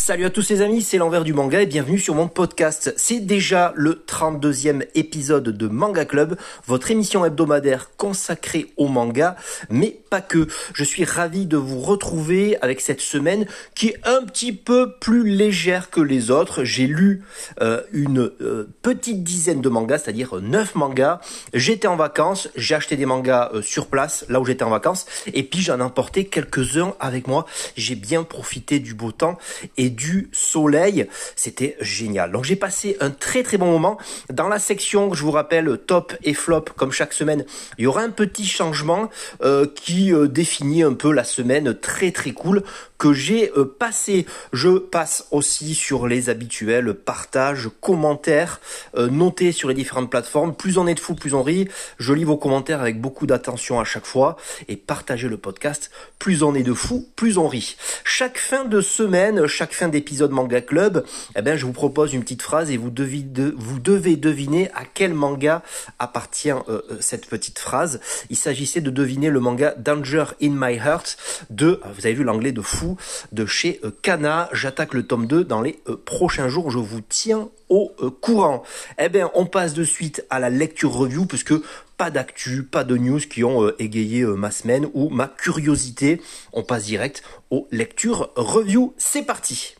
Salut à tous les amis, c'est l'envers du manga et bienvenue sur mon podcast. C'est déjà le 32e épisode de Manga Club, votre émission hebdomadaire consacrée au manga, mais pas que. Je suis ravi de vous retrouver avec cette semaine qui est un petit peu plus légère que les autres. J'ai lu une petite dizaine de mangas, c'est-à-dire 9 mangas. J'étais en vacances, j'ai acheté des mangas sur place, là où j'étais en vacances, et puis j'en ai emporté quelques-uns avec moi. J'ai bien profité du beau temps et du soleil, c'était génial. Donc j'ai passé un très très bon moment. Dans la section, je vous rappelle, top et flop, comme chaque semaine, il y aura un petit changement qui définit un peu la semaine très très cool que j'ai passé. Je passe aussi sur les habituels partages, commentaires, notés sur les différentes plateformes. Plus on est de fous, plus on rit. Je lis vos commentaires avec beaucoup d'attention à chaque fois et partagez le podcast. Plus on est de fous, plus on rit. Chaque fin de semaine, chaque fin d'épisode Manga Club, je vous propose une petite phrase et vous devez deviner à quel manga appartient cette petite phrase. Il s'agissait de deviner le manga Danger in My Heart de, vous avez vu l'anglais de fou, de chez Kana. J'attaque le tome 2 dans les prochains jours, je vous tiens au courant. On passe de suite à la lecture review puisque pas d'actu, pas de news qui ont égayé ma semaine ou ma curiosité. On passe direct aux lectures review. C'est parti.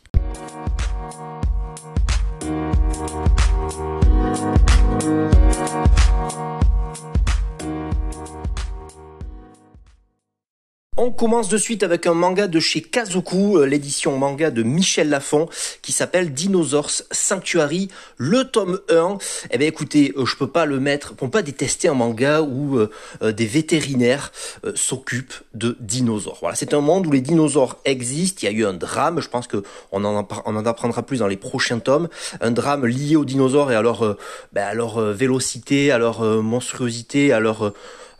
On commence de suite avec un manga de chez Kazoku, l'édition manga de Michel Lafon, qui s'appelle Dinosaurs Sanctuary, le tome 1. Écoutez, je peux pas le mettre, pour pas détester un manga où des vétérinaires s'occupent de dinosaures. Voilà, c'est un monde où les dinosaures existent, il y a eu un drame, je pense que on en apprendra plus dans les prochains tomes, un drame lié aux dinosaures et à leur vélocité, à leur monstruosité, à leur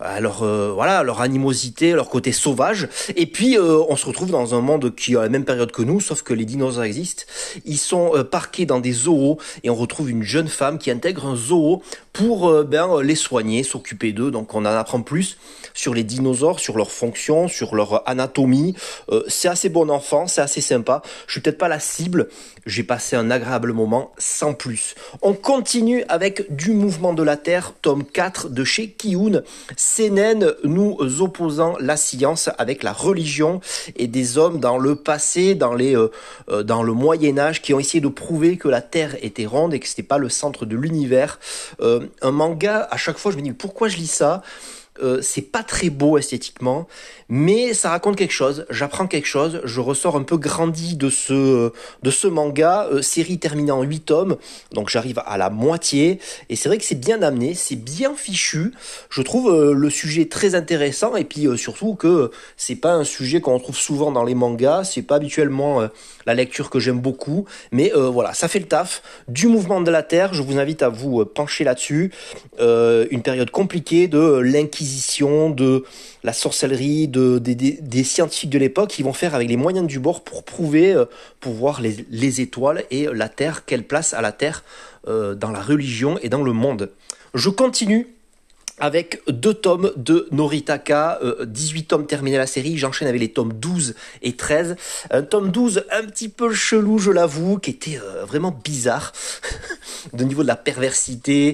animosité, leur côté sauvage. Et puis on se retrouve dans un monde qui a la même période que nous, sauf que les dinosaures existent. Ils sont parqués dans des zoos et on retrouve une jeune femme qui intègre un zoo pour les soigner, s'occuper d'eux. Donc on en apprend plus sur les dinosaures, sur leurs fonctions, sur leur anatomie. C'est assez bon enfant, c'est assez sympa. Je suis peut-être pas la cible. J'ai passé un agréable moment sans plus. On continue avec Du Mouvement de la Terre, tome 4 de chez Kiun. Seinen nous opposant la science avec la religion et des hommes dans le passé, dans le Moyen-Âge, qui ont essayé de prouver que la Terre était ronde et que c'était pas le centre de l'univers. Un manga, à chaque fois je me dis pourquoi je lis ça? C'est pas très beau esthétiquement, mais ça raconte quelque chose, j'apprends quelque chose, je ressors un peu grandi de ce manga, série terminée en 8 tomes, donc j'arrive à la moitié, et c'est vrai que c'est bien amené, c'est bien fichu, je trouve le sujet très intéressant, et puis surtout que c'est pas un sujet qu'on retrouve souvent dans les mangas, c'est pas habituellement la lecture que j'aime beaucoup, mais voilà, ça fait le taf. Du Mouvement de la Terre, je vous invite à vous pencher là-dessus, une période compliquée de l'inquisition, de la sorcellerie, des scientifiques de l'époque qui vont faire avec les moyens du bord pour prouver, pour voir les étoiles et la Terre, quelle place a la Terre dans la religion et dans le monde. Je continue avec 2 tomes de Noritaka, 18 tomes terminés la série, j'enchaîne avec les tomes 12 et 13. Un tome 12 un petit peu chelou, je l'avoue, qui était vraiment bizarre, de niveau de la perversité,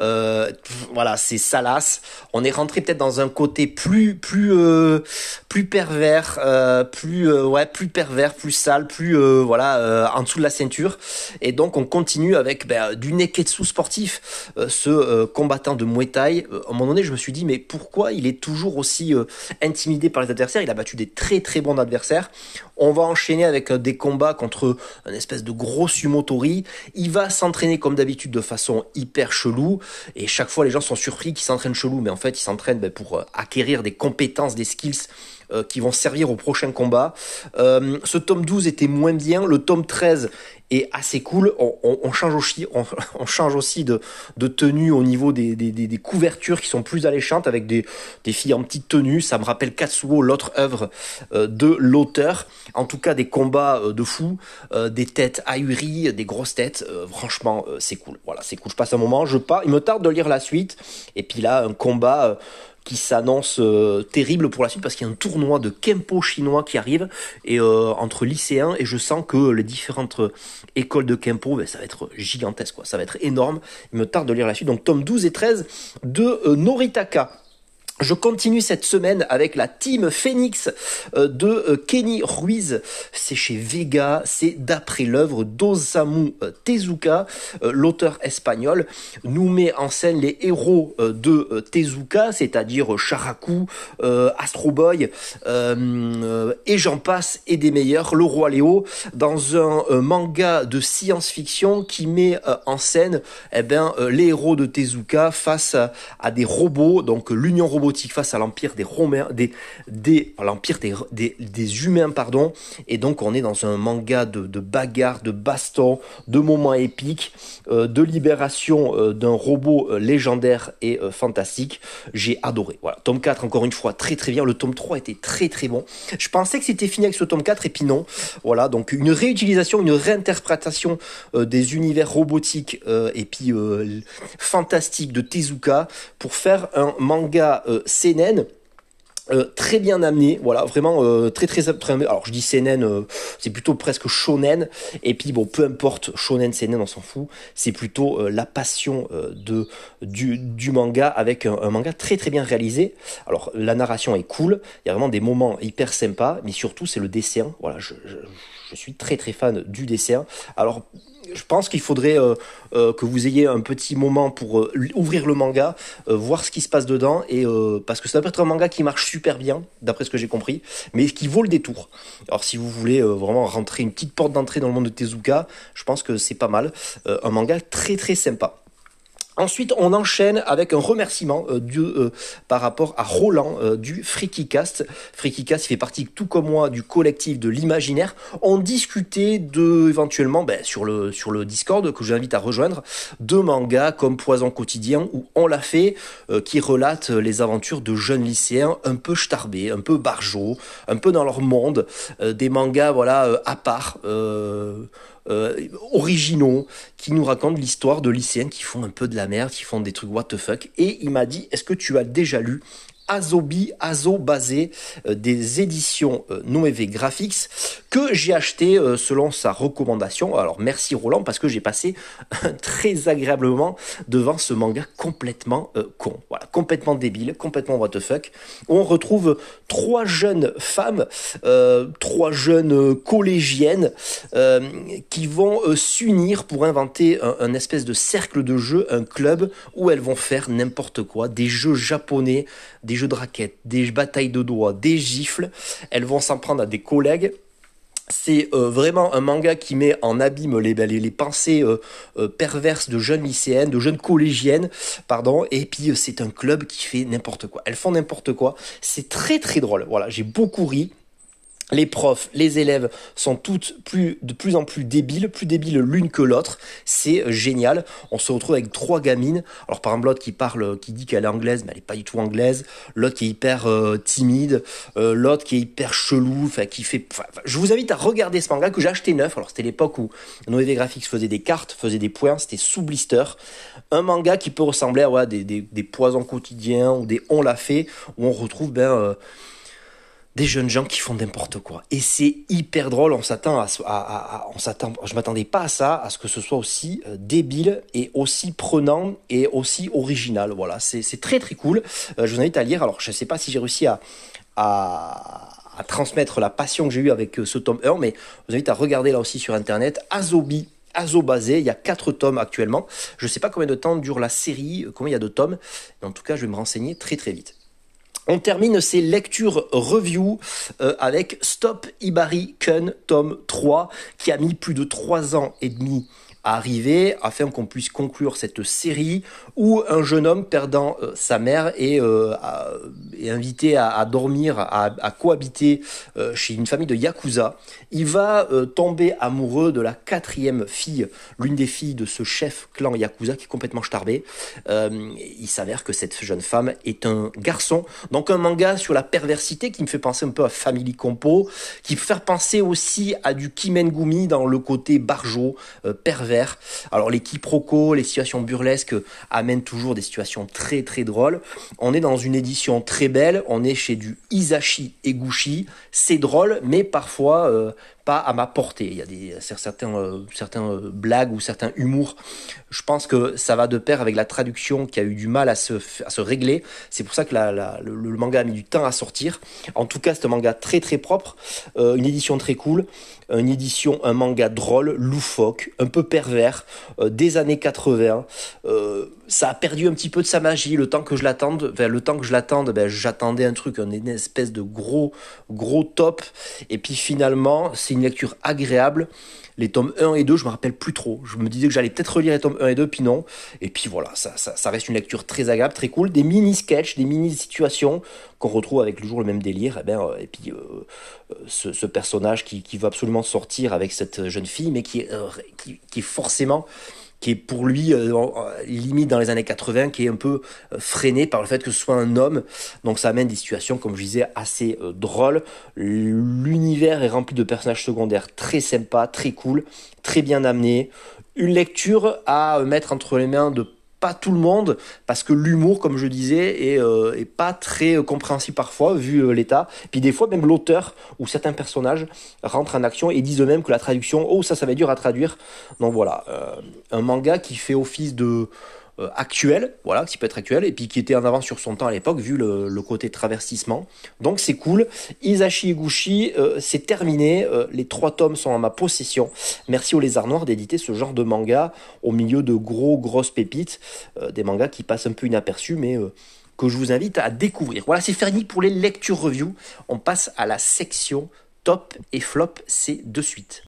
c'est salace. On est rentré peut-être dans un côté plus pervers, plus pervers, plus sale, en dessous de la ceinture. Et donc on continue avec du neketsu sportif, ce combattant de Muay Thai. À un moment donné, je me suis dit, mais pourquoi il est toujours aussi intimidé par les adversaires? Il a battu des très très bons adversaires. On va enchaîner avec des combats contre une espèce de gros sumotori. Il va s'entraîner comme d'habitude de façon hyper chelou. Et chaque fois, les gens sont surpris qu'il s'entraîne chelou. Mais en fait, il s'entraîne pour acquérir des compétences, des skills qui vont servir au prochain combat. Ce tome 12 était moins bien. Le tome 13 est assez cool. On change aussi de tenue au niveau des couvertures qui sont plus alléchantes avec des filles en petite tenue. Ça me rappelle Katsuo, l'autre œuvre de l'auteur. En tout cas, des combats de fou, des têtes ahuries, des grosses têtes. Franchement, c'est cool. Voilà, c'est cool. Je passe un moment. Il me tarde de lire la suite. Et puis là, un combat qui s'annonce terrible pour la suite parce qu'il y a un tournoi de Kempo chinois qui arrive et entre lycéens et je sens que les différentes écoles de Kempo, ça va être gigantesque, quoi. Ça va être énorme. Il me tarde de lire la suite. Donc tome 12 et 13 de Noritaka. Je continue cette semaine avec la Team Phoenix de Kenny Ruiz. C'est chez Vega, c'est d'après l'œuvre d'Osamu Tezuka, l'auteur espagnol, nous met en scène les héros de Tezuka, c'est-à-dire Sharaku, Astro Boy, et j'en passe et des meilleurs, le Roi Léo, dans un manga de science-fiction qui met en scène les héros de Tezuka face à des robots, donc l'Union robotique face à l'empire des Romains, l'empire des humains, pardon. Et donc on est dans un manga de bagarre, de baston, de moments épiques, de libération d'un robot légendaire et fantastique. J'ai adoré. Voilà, tome 4 encore une fois très très bien. Le tome 3 était très très bon. Je pensais que c'était fini avec ce tome 4 et puis non. Voilà, donc une réutilisation, une réinterprétation des univers robotiques et puis fantastiques de Tezuka pour faire un manga seinen très bien amené, voilà, vraiment très alors je dis seinen, c'est plutôt presque shonen, et puis bon, peu importe, shonen, seinen, on s'en fout, c'est plutôt la passion du manga, avec un manga très très bien réalisé. Alors la narration est cool, il y a vraiment des moments hyper sympas, mais surtout c'est le dessin, voilà, je suis très très fan du dessin. Alors je pense qu'il faudrait que vous ayez un petit moment pour ouvrir le manga, voir ce qui se passe dedans, et parce que ça doit être un manga qui marche super bien, d'après ce que j'ai compris, mais qui vaut le détour. Alors si vous voulez vraiment rentrer une petite porte d'entrée dans le monde de Tezuka, je pense que c'est pas mal. Un manga très très sympa. Ensuite, on enchaîne avec un remerciement par rapport à Roland du FreakyCast. FreakyCast, il fait partie, tout comme moi, du collectif de l'imaginaire. On discutait éventuellement, sur le Discord, que j'invite à rejoindre, de mangas comme Poison quotidien, où on l'a fait, qui relate les aventures de jeunes lycéens un peu starbés, un peu barjots, un peu dans leur monde, des mangas, voilà, à part, originaux, qui nous racontent l'histoire de lycéens qui font un peu de la merde, qui font des trucs what the fuck. Et il m'a dit, est-ce que tu as déjà lu Azobase des éditions Noévé Graphics, que j'ai acheté selon sa recommandation. Alors merci Roland, parce que j'ai passé très agréablement devant ce manga complètement con, voilà, complètement débile, complètement what the fuck, où on retrouve trois jeunes femmes, trois jeunes collégiennes qui vont s'unir pour inventer un espèce de cercle de jeu, un club où elles vont faire n'importe quoi, des jeux japonais, des jeux de raquettes, des batailles de doigts, des gifles. Elles vont s'en prendre à des collègues. C'est vraiment un manga qui met en abîme les pensées perverses de jeunes lycéennes, de jeunes collégiennes, pardon. Et puis c'est un club qui fait n'importe quoi. Elles font n'importe quoi. C'est très très drôle. Voilà, j'ai beaucoup ri. Les profs, les élèves sont toutes de plus en plus débiles l'une que l'autre. C'est génial. On se retrouve avec trois gamines. Alors par exemple, l'autre qui dit qu'elle est anglaise, mais elle est pas du tout anglaise. L'autre qui est hyper timide. L'autre qui est hyper chelou. Je vous invite à regarder ce manga que j'ai acheté neuf. Alors c'était l'époque où Noévé Graphics faisait des cartes, faisait des points. C'était sous blister. Un manga qui peut ressembler à des Poisons quotidiens ou des On l'a fait, où on retrouve des jeunes gens qui font n'importe quoi. Et c'est hyper drôle, je m'attendais pas à ça, à ce que ce soit aussi débile et aussi prenant et aussi original. Voilà, c'est très très cool. Je vous invite à lire. Alors, je sais pas si j'ai réussi à transmettre la passion que j'ai eue avec ce tome 1, mais je vous invite à regarder là aussi sur internet, Azobase, il y a 4 tomes actuellement. Je sais pas combien de temps dure la série, combien il y a de tomes, mais en tout cas, je vais me renseigner très très vite. On termine ces lectures review avec Stop Ibari Kun, tome 3, qui a mis plus de 3 ans et demi à arriver, afin qu'on puisse conclure cette série où un jeune homme perdant sa mère est invité à dormir, à cohabiter chez une famille de Yakuza. Il va tomber amoureux de la 4e fille, l'une des filles de ce chef clan Yakuza qui est complètement starbé. Il s'avère que cette jeune femme est un garçon. Donc un manga sur la perversité qui me fait penser un peu à Family Compo, qui peut faire penser aussi à du Kimengumi dans le côté barjo, pervers, pervers. Alors les quiproquos, les situations burlesques amènent toujours des situations très très drôles. On est dans une édition très belle, on est chez du Hisashi Eguchi, c'est drôle, mais parfois pas à ma portée. Il y a certains blagues ou certains humours. Je pense que ça va de pair avec la traduction qui a eu du mal à se régler. C'est pour ça que le manga a mis du temps à sortir. En tout cas, c'est un manga très très propre, une édition très cool, un manga drôle, loufoque, un peu pervers, des années 80. Ça a perdu un petit peu de sa magie le temps que je l'attende. J'attendais un truc, une espèce de gros top. Et puis finalement, c'est une lecture agréable. Les tomes 1 et 2, je me rappelle plus trop. Je me disais que j'allais peut-être relire les tomes 1 et 2, puis non. Et puis voilà, ça reste une lecture très agréable, très cool. Des mini-sketchs, des mini-situations qu'on retrouve avec toujours le même délire. Et puis ce personnage qui veut absolument sortir avec cette jeune fille, mais qui est forcément... qui est pour lui limite dans les années 80, qui est un peu freiné par le fait que ce soit un homme. Donc ça amène des situations, comme je disais, assez drôles. L'univers est rempli de personnages secondaires très sympas, très cool, très bien amenés. Une lecture à mettre entre les mains de pas tout le monde, parce que l'humour, comme je disais, est pas très compréhensible parfois, vu l'état. Puis des fois, même l'auteur ou certains personnages rentrent en action et disent eux-mêmes que la traduction, ça va être dur à traduire. Donc voilà, un manga qui fait office de actuel, voilà, qui peut être actuel, et puis qui était en avance sur son temps à l'époque, vu le côté traversissement. Donc c'est cool. Hisashi Eguchi, c'est terminé. Les 3 tomes sont en ma possession. Merci au Lézard Noir d'éditer ce genre de manga au milieu de grosses pépites, des mangas qui passent un peu inaperçus, mais que je vous invite à découvrir. Voilà, c'est fini pour les lectures review. On passe à la section top et flop, c'est de suite.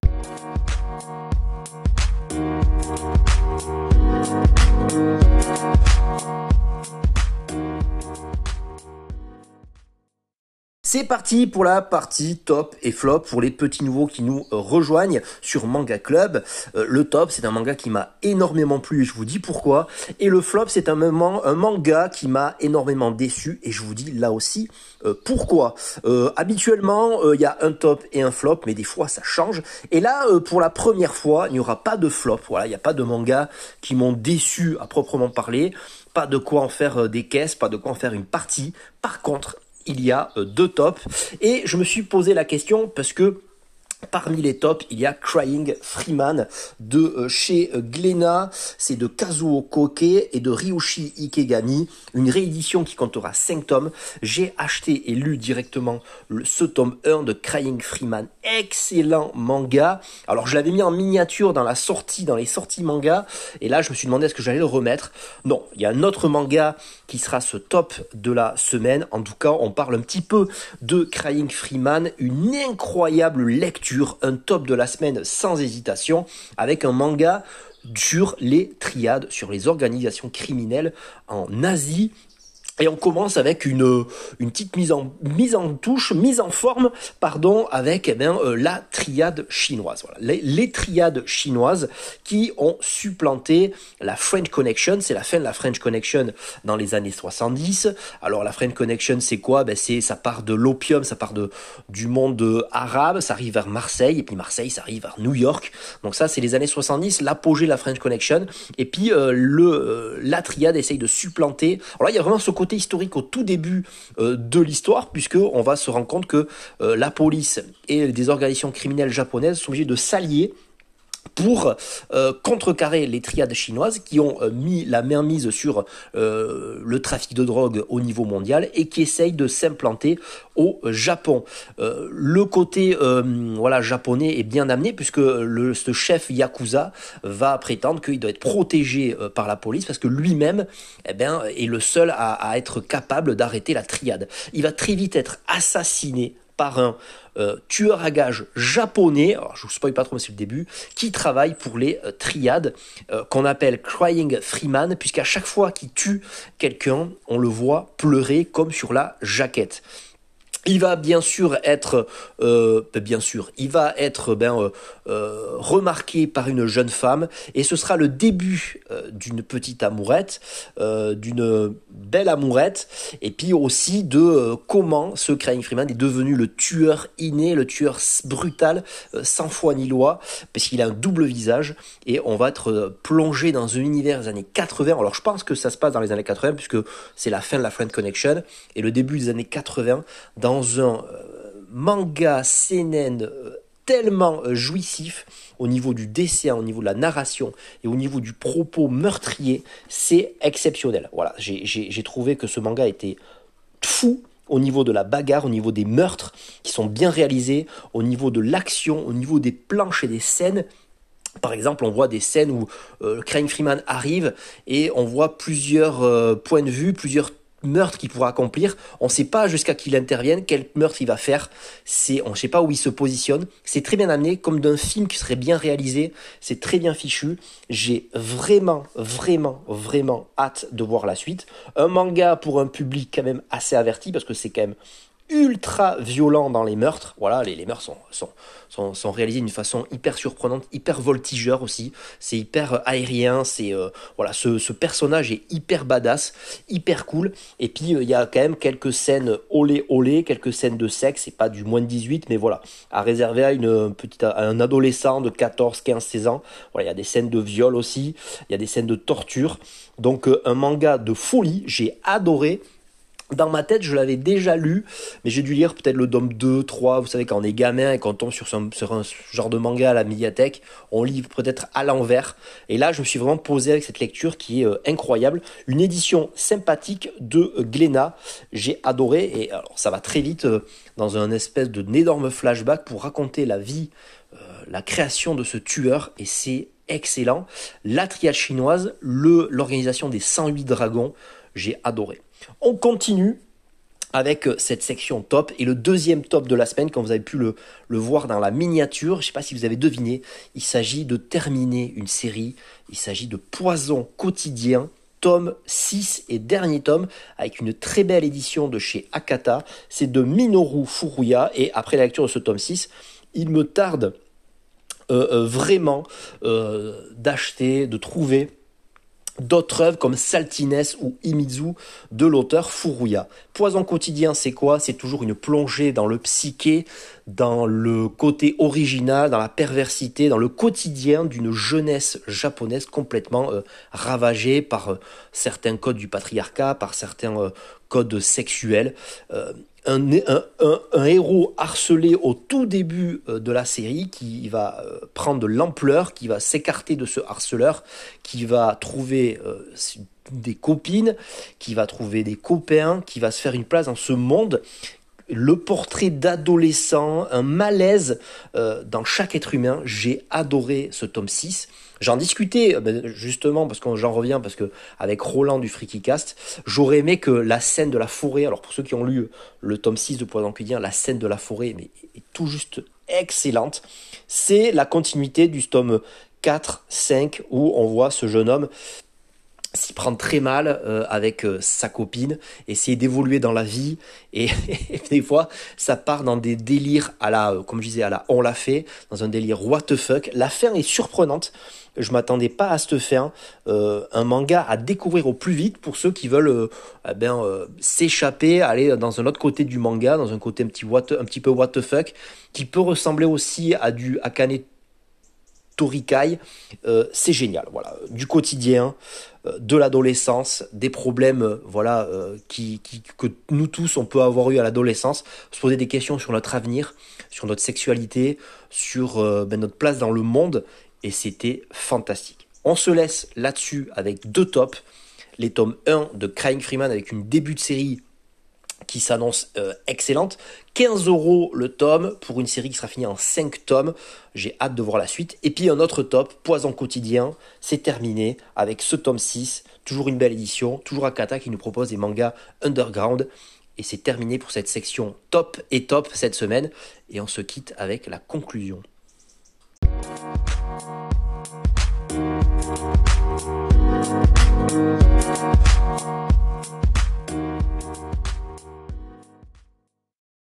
C'est parti pour la partie top et flop pour les petits nouveaux qui nous rejoignent sur Manga Club. Le top, c'est un manga qui m'a énormément plu et je vous dis pourquoi. Et le flop, c'est un manga qui m'a énormément déçu et je vous dis là aussi pourquoi. Habituellement, il y a un top et un flop, mais des fois ça change. Et là, pour la première fois, il n'y aura pas de flop. Voilà, il n'y a pas de manga qui m'ont déçu à proprement parler. Pas de quoi en faire des caisses, pas de quoi en faire une partie. Par contre, il y a 2 tops et je me suis posé la question parce que parmi les tops, il y a Crying Freeman de chez Glénat, c'est de Kazuo Koke et de Ryushi Ikegami, une réédition qui comptera 5 tomes. J'ai acheté et lu directement ce tome 1 de Crying Freeman, excellent manga. Alors je l'avais mis en miniature dans les sorties manga, et là je me suis demandé est-ce que j'allais le remettre. Non, il y a un autre manga qui sera ce top de la semaine. En tout cas, on parle un petit peu de Crying Freeman, une incroyable lecture, un top de la semaine sans hésitation, avec un manga sur les triades, sur les organisations criminelles en Asie. Et on commence avec une petite mise en forme, avec la triade chinoise. Voilà, les triades chinoises qui ont supplanté la French Connection. C'est la fin de la French Connection dans les années 70. Alors la French Connection, c'est quoi ? Ça part de l'opium, ça part du monde arabe, ça arrive vers Marseille, et puis Marseille, ça arrive vers New York. Donc ça, c'est les années 70, l'apogée de la French Connection. Et puis la triade essaye de supplanter. Alors là, il y a vraiment ce côté historique au tout début de l'histoire, puisque on va se rendre compte que la police et des organisations criminelles japonaises sont obligées de s'allier pour contrecarrer les triades chinoises qui ont mis la mainmise sur le trafic de drogue au niveau mondial et qui essayent de s'implanter au Japon. Le côté japonais est bien amené puisque ce chef Yakuza va prétendre qu'il doit être protégé par la police parce que lui-même est le seul à être capable d'arrêter la triade. Il va très vite être assassiné par un tueur à gages japonais, alors je vous spoil pas trop mais c'est le début, qui travaille pour les triades qu'on appelle Crying Freeman, puisqu'à chaque fois qu'il tue quelqu'un, on le voit pleurer comme sur la jaquette. Il va bien sûr être, il va être remarqué par une jeune femme et ce sera le début d'une petite amourette, d'une belle amourette et puis aussi de comment ce Crying Freeman est devenu le tueur inné, le tueur brutal, sans foi ni loi, parce qu'il a un double visage et on va être plongé dans un univers des années 80. Alors je pense que ça se passe dans les années 80 puisque c'est la fin de la Friend Connection et le début des années 80 dans un manga seinen tellement jouissif au niveau du dessin, au niveau de la narration et au niveau du propos meurtrier, c'est exceptionnel. Voilà, j'ai trouvé que ce manga était fou au niveau de la bagarre, au niveau des meurtres qui sont bien réalisés, au niveau de l'action, au niveau des planches et des scènes. Par exemple, on voit des scènes où Crying Freeman arrive et on voit plusieurs points de vue, plusieurs meurtres qu'il pourra accomplir. On ne sait pas jusqu'à qu'il intervienne, quel meurtre il va faire. On ne sait pas où il se positionne. C'est très bien amené, comme d'un film qui serait bien réalisé. C'est très bien fichu. J'ai vraiment, vraiment, vraiment hâte de voir la suite. Un manga pour un public quand même assez averti, parce que c'est quand même ultra violent dans les meurtres. Voilà, les meurtres sont réalisés d'une façon hyper surprenante, hyper voltigeur aussi. C'est hyper aérien. Voilà, ce personnage est hyper badass, hyper cool. Et puis il y a quand même quelques scènes olé olé, quelques scènes de sexe. C'est pas du moins de 18, mais voilà, à réserver à un adolescent de 14, 15, 16 ans. Voilà, il y a des scènes de viol aussi. Il y a des scènes de torture. Donc un manga de folie. J'ai adoré. Dans ma tête, je l'avais déjà lu, mais j'ai dû lire peut-être le tome 2, 3, vous savez, quand on est gamin et qu'on tombe sur un genre de manga à la médiathèque, on lit peut-être à l'envers. Et là, je me suis vraiment posé avec cette lecture qui est incroyable. Une édition sympathique de Glénat. J'ai adoré, et alors ça va très vite dans un espèce d'énorme flashback pour raconter la vie, la création de ce tueur, et c'est excellent. La triade chinoise, l'organisation des 108 dragons, j'ai adoré. On continue avec cette section top et le deuxième top de la semaine, quand vous avez pu le voir dans la miniature, je ne sais pas si vous avez deviné, il s'agit de terminer une série, il s'agit de Poison quotidien, tome 6 et dernier tome, avec une très belle édition de chez Akata, c'est de Minoru Furuya, et après la lecture de ce tome 6, il me tarde vraiment d'acheter, de trouver d'autres œuvres comme Saltiness ou Imizu de l'auteur Furuya. Poison quotidien, c'est quoi? C'est toujours une plongée dans le psyché, dans le côté original, dans la perversité, dans le quotidien d'une jeunesse japonaise complètement ravagée par certains codes du patriarcat, par certains codes sexuels. Un héros harcelé au tout début de la série qui va prendre de l'ampleur, qui va s'écarter de ce harceleur, qui va trouver des copines, qui va trouver des copains, qui va se faire une place dans ce monde. Le portrait d'adolescent, un malaise dans chaque être humain. J'ai adoré ce tome 6. J'en discutais justement parce que j'en reviens parce que avec Roland du FreakyCast, j'aurais aimé que la scène de la forêt, alors pour ceux qui ont lu le tome 6 de Poison quotidien, la scène de la forêt est tout juste excellente. C'est la continuité du tome 4, 5 où on voit ce jeune homme s'y prendre très mal avec sa copine, essayer d'évoluer dans la vie et des fois ça part dans des délires à la, comme je disais, à la on l'a fait, dans un délire what the fuck. La fin est surprenante, je m'attendais pas à cette fin, un manga à découvrir au plus vite pour ceux qui veulent s'échapper, aller dans un autre côté du manga, dans un côté un petit peu what the fuck, qui peut ressembler aussi à du Akane Torikai. C'est génial, voilà, du quotidien, de l'adolescence, des problèmes, que nous tous on peut avoir eu à l'adolescence, se poser des questions sur notre avenir, sur notre sexualité, sur notre place dans le monde, et c'était fantastique. On se laisse là-dessus avec deux tops, les tomes 1 de Crying Freeman avec une début de série qui s'annonce excellente. 15€ le tome pour une série qui sera finie en 5 tomes. J'ai hâte de voir la suite. Et puis un autre top, Poison quotidien, c'est terminé avec ce tome 6. Toujours une belle édition, toujours Akata qui nous propose des mangas underground. Et c'est terminé pour cette section top et top cette semaine. Et on se quitte avec la conclusion.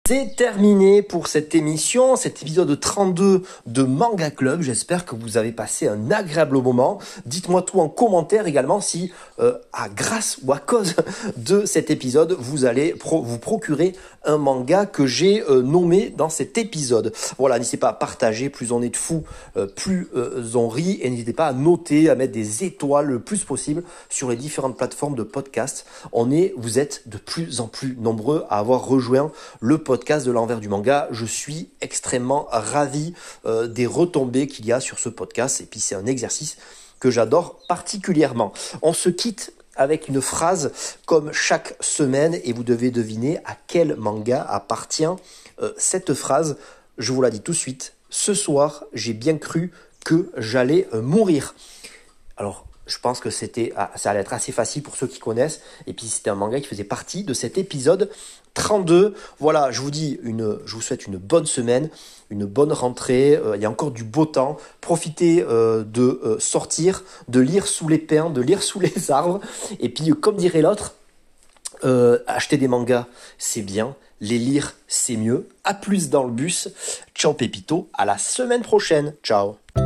C'est terminé pour cette émission, cet épisode 32 de Manga Club. J'espère que vous avez passé un agréable moment. Dites-moi tout en commentaire également si, grâce ou à cause de cet épisode, vous allez vous procurer un manga que j'ai nommé dans cet épisode. Voilà, n'hésitez pas à partager, plus on est de fous, plus on rit. Et n'hésitez pas à noter, à mettre des étoiles le plus possible sur les différentes plateformes de podcast. Vous êtes de plus en plus nombreux à avoir rejoint le podcast de l'envers du manga. Je suis extrêmement ravi des retombées qu'il y a sur ce podcast, et puis c'est un exercice que j'adore particulièrement. On se quitte avec une phrase comme chaque semaine et vous devez deviner à quel manga appartient cette phrase. Je vous la dis tout de suite. Ce soir, j'ai bien cru que j'allais mourir. Alors, je pense que ça allait être assez facile pour ceux qui connaissent. Et puis, c'était un manga qui faisait partie de cet épisode 32. Voilà, je vous souhaite une bonne semaine, une bonne rentrée. Il y a encore du beau temps. Profitez de sortir, de lire sous les pins, de lire sous les arbres. Et puis, comme dirait l'autre, acheter des mangas, c'est bien. Les lire, c'est mieux. À plus dans le bus. Ciao Pépito, à la semaine prochaine. Ciao.